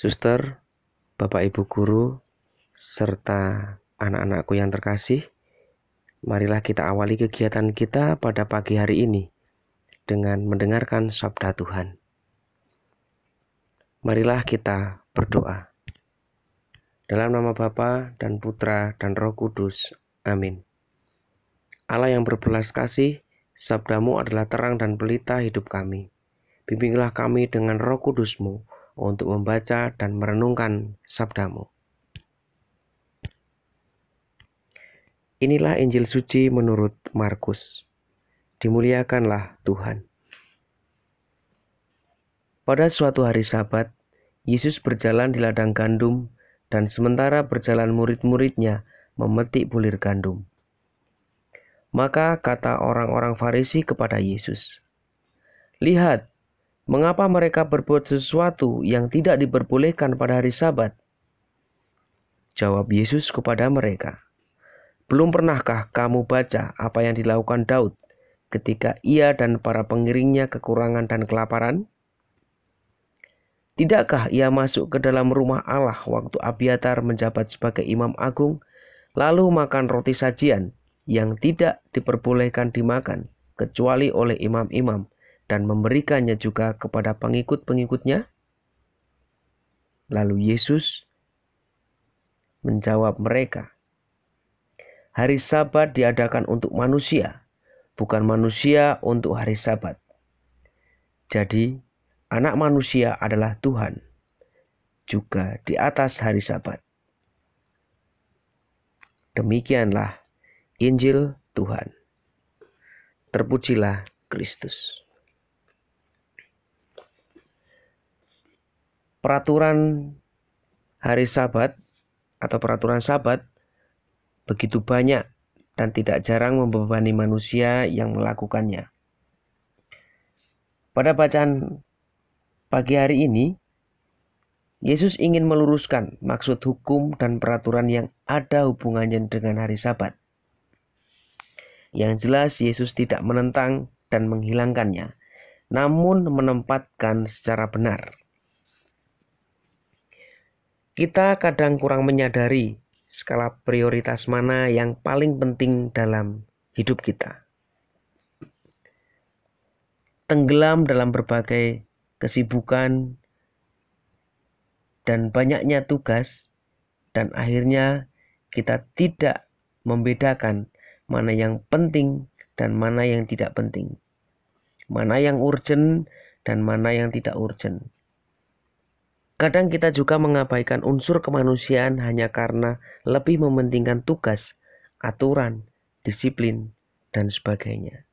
Suster, Bapak Ibu Guru, serta anak-anakku yang terkasih, marilah kita awali kegiatan kita pada pagi hari ini dengan mendengarkan sabda Tuhan. Marilah kita berdoa. Dalam nama Bapa dan Putra dan Roh Kudus. Amin. Allah yang berbelas kasih, sabdamu adalah terang dan pelita hidup kami. Bimbinglah kami dengan Roh Kudus-Mu untuk membaca dan merenungkan sabdamu. Inilah Injil suci menurut Markus. Dimuliakanlah Tuhan. Pada suatu hari Sabat, Yesus berjalan di ladang gandum, dan sementara berjalan murid-muridnya memetik bulir gandum. Maka kata orang-orang Farisi kepada Yesus, "Lihat, mengapa mereka berbuat sesuatu yang tidak diperbolehkan pada hari Sabat?" Jawab Yesus kepada mereka, "Belum pernahkah kamu baca apa yang dilakukan Daud ketika ia dan para pengiringnya kekurangan dan kelaparan? Tidakkah ia masuk ke dalam rumah Allah waktu Abiatar menjabat sebagai imam agung, lalu makan roti sajian yang tidak diperbolehkan dimakan kecuali oleh imam-imam, dan memberikannya juga kepada pengikut-pengikutnya?" Lalu Yesus menjawab mereka, "Hari Sabat diadakan untuk manusia, bukan manusia untuk hari Sabat. Jadi, Anak Manusia adalah Tuhan juga di atas hari Sabat." Demikianlah Injil Tuhan. Terpujilah Kristus. Peraturan hari Sabat atau peraturan Sabat begitu banyak dan tidak jarang membebani manusia yang melakukannya. Pada bacaan pagi hari ini, Yesus ingin meluruskan maksud hukum dan peraturan yang ada hubungannya dengan hari Sabat. Yang jelas, Yesus tidak menentang dan menghilangkannya, namun menempatkan secara benar. Kita kadang kurang menyadari skala prioritas mana yang paling penting dalam hidup kita. Tenggelam dalam berbagai kesibukan dan banyaknya tugas, dan akhirnya kita tidak membedakan mana yang penting dan mana yang tidak penting, mana yang urgent dan mana yang tidak urgent. Kadang kita juga mengabaikan unsur kemanusiaan hanya karena lebih mementingkan tugas, aturan, disiplin, dan sebagainya.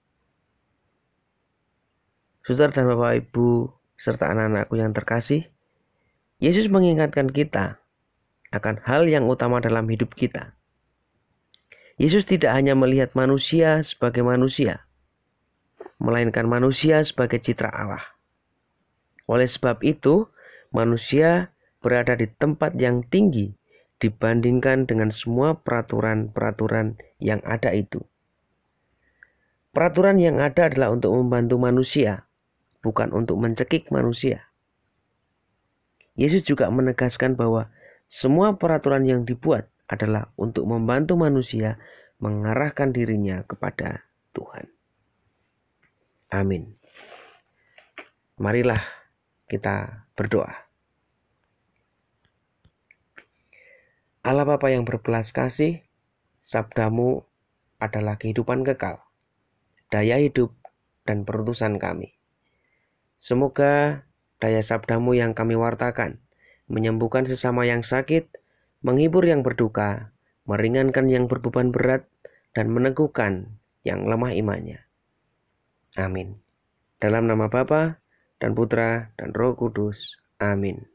Saudara dan Bapak Ibu serta anak-anakku yang terkasih, Yesus mengingatkan kita akan hal yang utama dalam hidup kita. Yesus tidak hanya melihat manusia sebagai manusia, melainkan manusia sebagai citra Allah. Oleh sebab itu, manusia berada di tempat yang tinggi dibandingkan dengan semua peraturan-peraturan yang ada itu. Peraturan yang ada adalah untuk membantu manusia, bukan untuk mencekik manusia. Yesus juga menegaskan bahwa semua peraturan yang dibuat adalah untuk membantu manusia mengarahkan dirinya kepada Tuhan. Amin. Marilah kita berdoa. Allah Bapa yang berbelas kasih, sabdamu adalah kehidupan kekal, daya hidup, dan perutusan kami. Semoga daya sabdamu yang kami wartakan menyembuhkan sesama yang sakit, menghibur yang berduka, meringankan yang berbeban berat, dan meneguhkan yang lemah imannya. Amin. Dalam nama Bapa dan Putra dan Roh Kudus. Amin.